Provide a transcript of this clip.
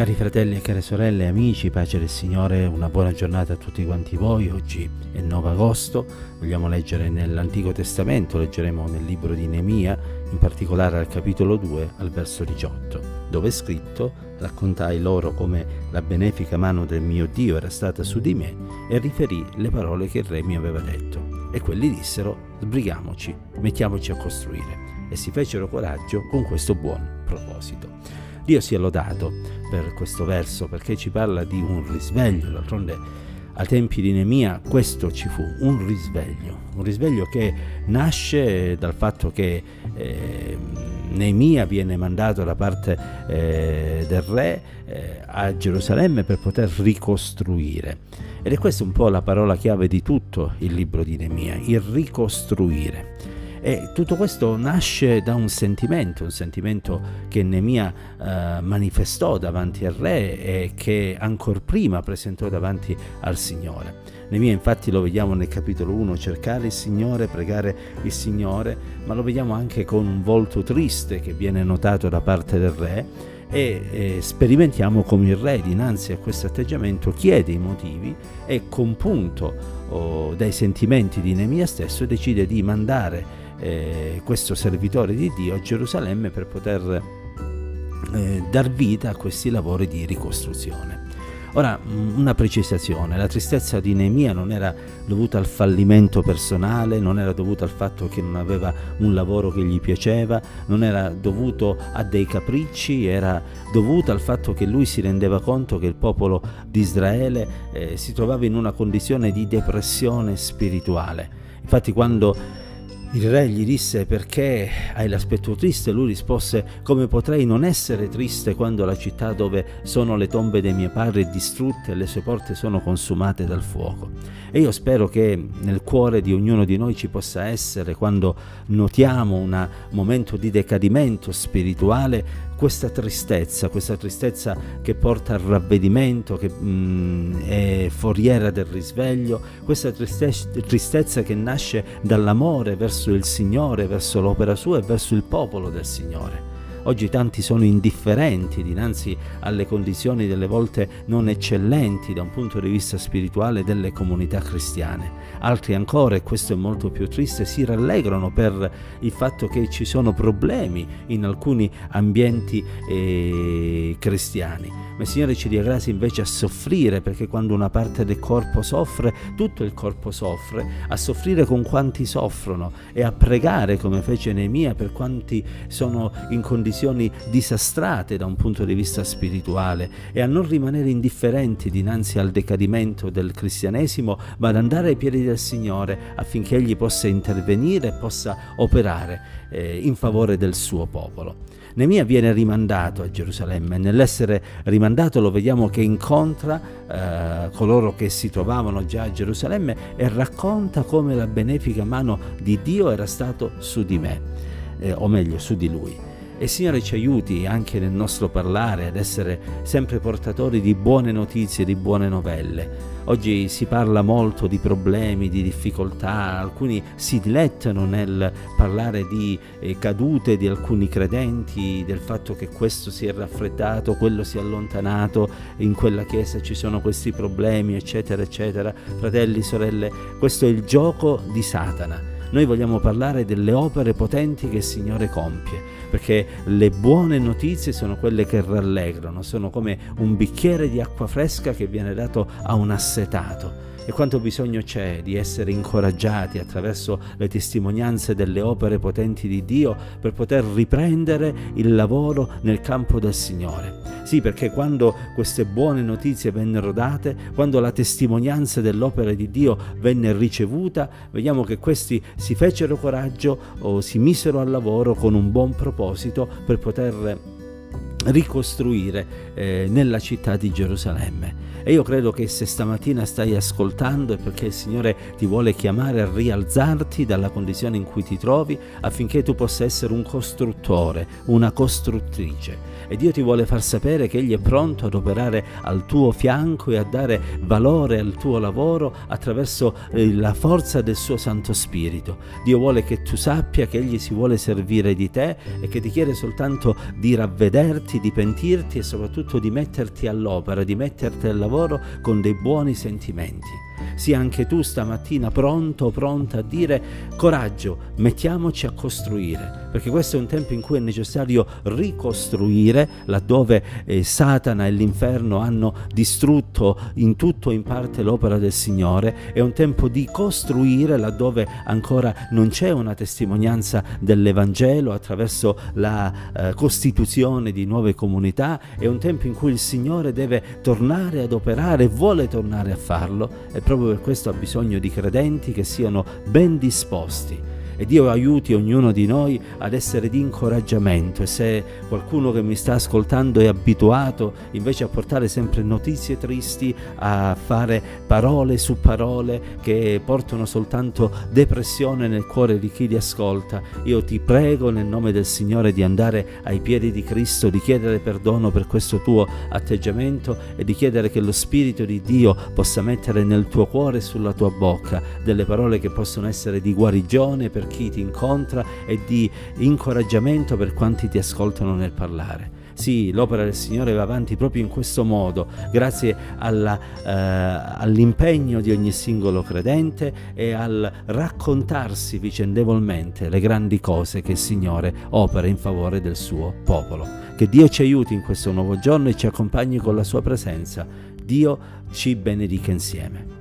Cari fratelli e care sorelle, amici, pace del Signore, una buona giornata a tutti quanti voi. Oggi è 9 agosto, vogliamo leggere nell'Antico Testamento, leggeremo nel libro di Neemia, in particolare al capitolo 2, al verso 18, dove è scritto: raccontai loro come la benefica mano del mio Dio era stata su di me e riferì le parole che il re mi aveva detto. E quelli dissero: sbrighiamoci, mettiamoci a costruire. E si fecero coraggio con questo buon proposito. Dio sia lodato per questo verso, perché ci parla di un risveglio. D'altronde ai tempi di Neemia questo ci fu, un risveglio che nasce dal fatto che Neemia viene mandato da parte del re a Gerusalemme per poter ricostruire. Ed è questa un po' la parola chiave di tutto il libro di Neemia, il ricostruire. E tutto questo nasce da un sentimento che Neemia manifestò davanti al re e che ancor prima presentò davanti al Signore. Neemia infatti lo vediamo nel capitolo 1, cercare il Signore, pregare il Signore, ma lo vediamo anche con un volto triste che viene notato da parte del re e sperimentiamo come il re dinanzi a questo atteggiamento chiede i motivi e, compunto dai sentimenti di Neemia stesso, decide di mandare questo servitore di Dio a Gerusalemme per poter dar vita a questi lavori di ricostruzione. Ora, una precisazione: la tristezza di Neemia non era dovuta al fallimento personale, non era dovuta al fatto che non aveva un lavoro che gli piaceva, non era dovuto a dei capricci, era dovuta al fatto che lui si rendeva conto che il popolo di Israele si trovava in una condizione di depressione spirituale. Infatti, quando il re gli disse: perché hai l'aspetto triste? Lui rispose: come potrei non essere triste quando la città dove sono le tombe dei miei padri è distrutta e le sue porte sono consumate dal fuoco. E io spero che nel cuore di ognuno di noi ci possa essere, quando notiamo un momento di decadimento spirituale, questa tristezza che porta al ravvedimento, che è foriera del risveglio, questa tristezza che nasce dall'amore verso il Signore, verso l'opera sua e verso il popolo del Signore. Oggi tanti sono indifferenti dinanzi alle condizioni delle volte non eccellenti da un punto di vista spirituale delle comunità cristiane. Altri ancora, e questo è molto più triste, si rallegrano per il fatto che ci sono problemi in alcuni ambienti cristiani. Ma il Signore ci dia grazia invece a soffrire, perché quando una parte del corpo soffre, tutto il corpo soffre, a soffrire con quanti soffrono e a pregare come fece Neemia per quanti sono in condizioni disastrate da un punto di vista spirituale, e a non rimanere indifferenti dinanzi al decadimento del cristianesimo, ma ad andare ai piedi del Signore affinché Egli possa intervenire e possa operare in favore del suo popolo. Neemia viene rimandato a Gerusalemme e nell'essere rimandato lo vediamo che incontra coloro che si trovavano già a Gerusalemme e racconta come la benefica mano di Dio era stato su di me, o meglio su di lui. E il Signore ci aiuti anche nel nostro parlare ad essere sempre portatori di buone notizie, di buone novelle. Oggi si parla molto di problemi, di difficoltà, alcuni si dilettano nel parlare di cadute di alcuni credenti, del fatto che questo si è raffreddato, quello si è allontanato, in quella chiesa ci sono questi problemi, eccetera, eccetera. Fratelli, sorelle, questo è il gioco di Satana. Noi vogliamo parlare delle opere potenti che il Signore compie, perché le buone notizie sono quelle che rallegrano, sono come un bicchiere di acqua fresca che viene dato a un assetato. E quanto bisogno c'è di essere incoraggiati attraverso le testimonianze delle opere potenti di Dio per poter riprendere il lavoro nel campo del Signore. Sì, perché quando queste buone notizie vennero date, quando la testimonianza dell'opera di Dio venne ricevuta, vediamo che questi si fecero coraggio o si misero al lavoro con un buon proposito per poter ricostruire nella città di Gerusalemme. E io credo che se stamattina stai ascoltando è perché il Signore ti vuole chiamare a rialzarti dalla condizione in cui ti trovi, affinché tu possa essere un costruttore, una costruttrice. E Dio ti vuole far sapere che Egli è pronto ad operare al tuo fianco e a dare valore al tuo lavoro attraverso la forza del suo Santo Spirito. Dio vuole che tu sappia che Egli si vuole servire di te e che ti chiede soltanto di ravvederti arrepentirti, di pentirti e soprattutto di metterti all'opera, di metterti al lavoro con dei buoni sentimenti. Sia anche tu stamattina pronto o pronta a dire: coraggio, mettiamoci a costruire, perché questo è un tempo in cui è necessario ricostruire laddove Satana e l'inferno hanno distrutto in tutto o in parte l'opera del Signore. È un tempo di costruire laddove ancora non c'è una testimonianza dell'Evangelo attraverso la costituzione di nuove comunità. È un tempo in cui il Signore deve tornare ad operare, vuole tornare a farlo, e proprio per questo ha bisogno di credenti che siano ben disposti. E Dio aiuti ognuno di noi ad essere di incoraggiamento. E se qualcuno che mi sta ascoltando è abituato invece a portare sempre notizie tristi, a fare parole su parole che portano soltanto depressione nel cuore di chi li ascolta, io ti prego nel nome del Signore di andare ai piedi di Cristo, di chiedere perdono per questo tuo atteggiamento e di chiedere che lo Spirito di Dio possa mettere nel tuo cuore e sulla tua bocca delle parole che possono essere di guarigione per chi ti incontra e di incoraggiamento per quanti ti ascoltano nel parlare. Sì, l'opera del Signore va avanti proprio in questo modo, grazie all'impegno di ogni singolo credente e al raccontarsi vicendevolmente le grandi cose che il Signore opera in favore del suo popolo. Che Dio ci aiuti in questo nuovo giorno e ci accompagni con la sua presenza. Dio ci benedica insieme.